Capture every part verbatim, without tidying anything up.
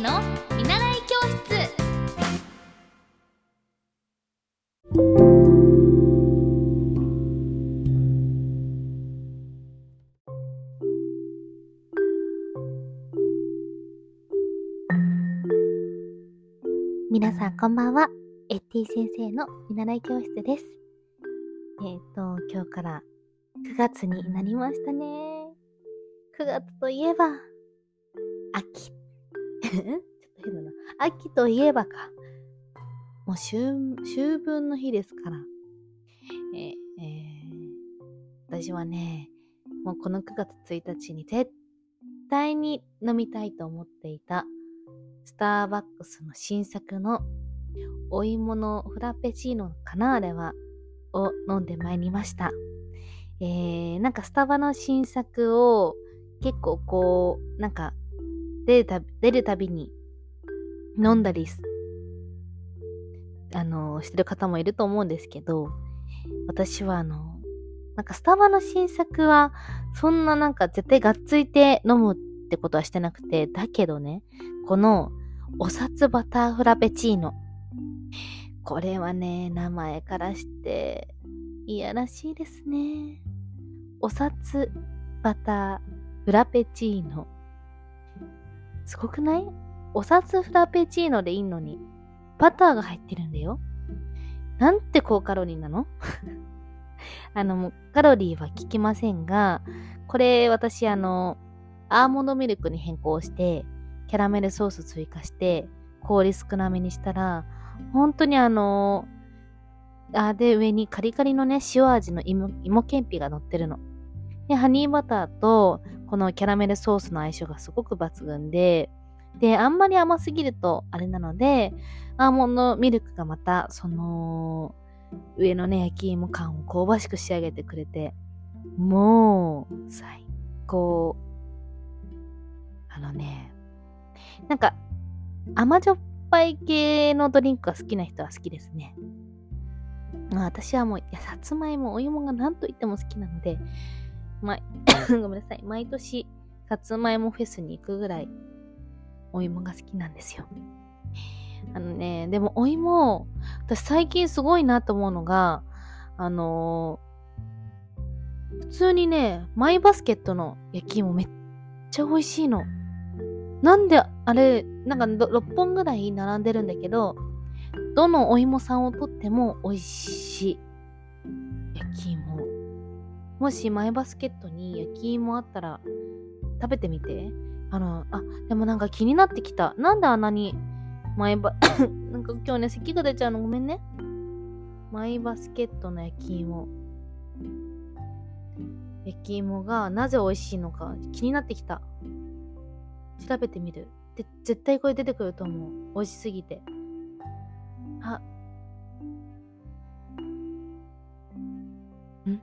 の見習い教室。皆さんこんばんは。エッティ先生の見習い教室です。えっと今日からくがつになりましたね。くがつといえば秋ちょっと変だな。秋といえばか。もう秋、秋分の日ですから。えーえー、私はね、もうこのくがつついたちに絶対に飲みたいと思っていたスターバックスの新作のお芋のフラペチーノかなあれはを飲んでまいりました。えー、なんかスタバの新作を結構こうなんか出るたび、出るたびに飲んだりすあのしてる方もいると思うんですけど、私はあのなんかスタバの新作はそんななんか絶対がっついて飲むってことはしてなくて、だけどね、このお札バターフラペチーノ、これはね、名前からしていやらしいですね。お札バターフラペチーノ、すごくない？お札フラペチーノでいいのにバターが入ってるんだよ。なんて高カロリーなのあのもうカロリーは聞きませんが、これ私あのアーモンドミルクに変更してキャラメルソース追加して氷少なめにしたら、本当にあのあで上にカリカリのね塩味の芋芋けんぴが乗ってるので、ハニーバターとこのキャラメルソースの相性がすごく抜群で、であんまり甘すぎるとあれなので、アーモンドミルクがまたその上のね焼き芋感を香ばしく仕上げてくれて、もう最高。あのね、なんか甘じょっぱい系のドリンクが好きな人は好きですね。まあ、私はもういやさつまいもお芋が何と言っても好きなので、まごめんなさい、毎年さつまいもフェスに行くぐらいお芋が好きなんですよ。あのね、でもお芋、私最近すごいなと思うのが、あのー、普通にね、マイバスケットの焼き芋めっちゃ美味しいの。なんであれ、なんかろっぽんぐらい並んでるんだけど、どのお芋さんをとっても美味しい焼き芋。もしマイバスケットに焼き芋あったら食べてみて。あの、あ、でもなんか気になってきた。なんであんなにマイバ、なんか今日ね、咳が出ちゃうのごめんね。マイバスケットの焼き芋。焼き芋がなぜ美味しいのか気になってきた。調べてみる。で、絶対これ出てくると思う。美味しすぎて。あ、ん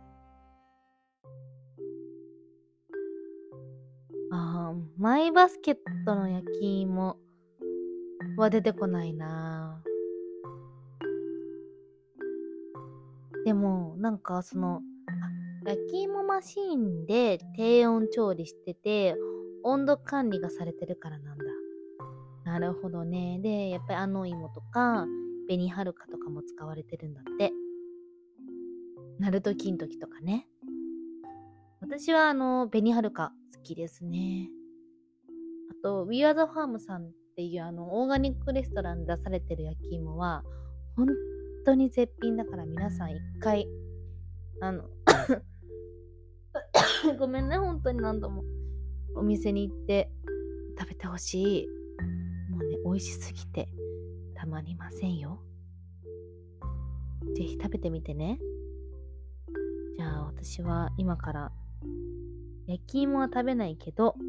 あー、マイバスケットの焼き芋は出てこないな。でも、なんかその、あ、焼き芋マシーンで低温調理してて、温度管理がされてるからなんだ。なるほどね。で、やっぱりあの芋とか、紅はるかとかも使われてるんだって。ナルト金時とかね。私はあの、紅はるか好きですね。あと、We Are the Farm さんっていうあの、オーガニックレストランで出されてる焼き芋は、本当に絶品だから皆さん一回、あの、ごめんね、本当に何度も。お店に行って食べてほしい。もうね、美味しすぎてたまりませんよ。ぜひ食べてみてね。じゃあ私は今から焼き芋は食べないけど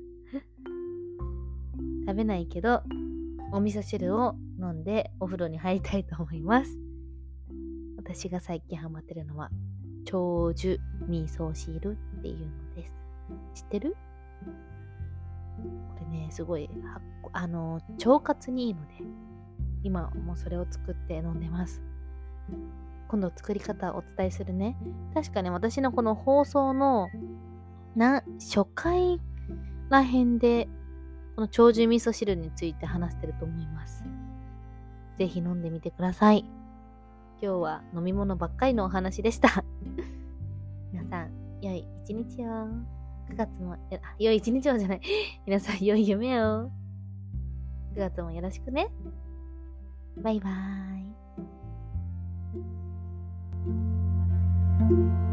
食べないけどお味噌汁を飲んでお風呂に入りたいと思います。私が最近ハマってるのは長寿味噌汁っていうのです。知ってる？これね、すごいあの腸活にいいので、今もうそれを作って飲んでます。今度作り方お伝えするね。確かね、私のこの放送のな初回らへんでこの長寿味噌汁について話してると思います。ぜひ飲んでみてください。今日は飲み物ばっかりのお話でした。皆さん、良い一日を。くがつも、良い一日をじゃない。皆さん、良い夢を。くがつもよろしくね。バイバーイ。